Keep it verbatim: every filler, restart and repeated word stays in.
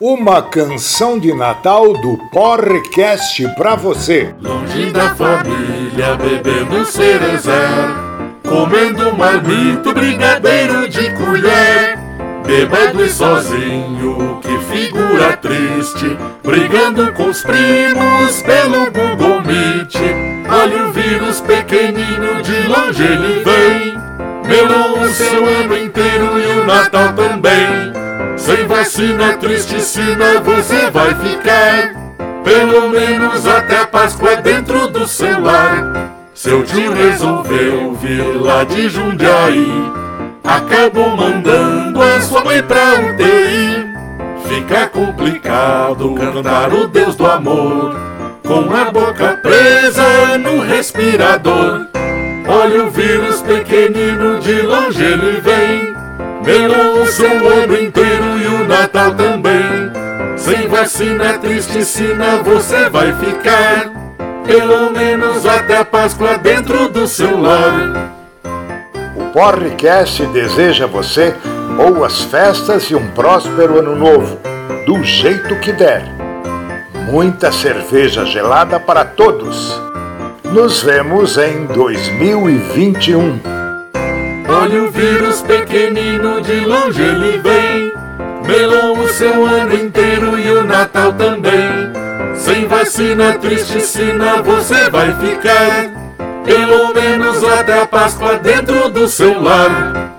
Uma canção de Natal do Porrecast pra você. Longe da família, bebendo cerezer, comendo marmito, brigadeiro de colher, bêbado e sozinho, que figura triste, brigando com os primos pelo Google Meet. Olha o vírus pequenino, de longe ele vem, melou o seu ano inteiro e o Natal também. Sem vacina, tristicina, você vai ficar pelo menos até a Páscoa dentro do seu lar. Seu tio resolveu vir lá de Jundiaí, acabou mandando a sua mãe pra U T I. Fica complicado cantar o Deus do amor com a boca presa no respirador. Olha o vírus pequenino, de longe ele vem, melou o seu ano inteiro e o Natal também. Sem vacina, tristicina, você vai ficar pelo menos até a Páscoa dentro do seu lar. O Porrecast deseja a você boas festas e um próspero ano novo, do jeito que der. Muita cerveja gelada para todos. Nos vemos em dois mil e vinte e um. Olha o vírus pequenino, de longe ele vem, melou o seu ano inteiro e o Natal também. Sem vacina, tristicina, você vai ficar pelo menos até a Páscoa dentro do seu lar.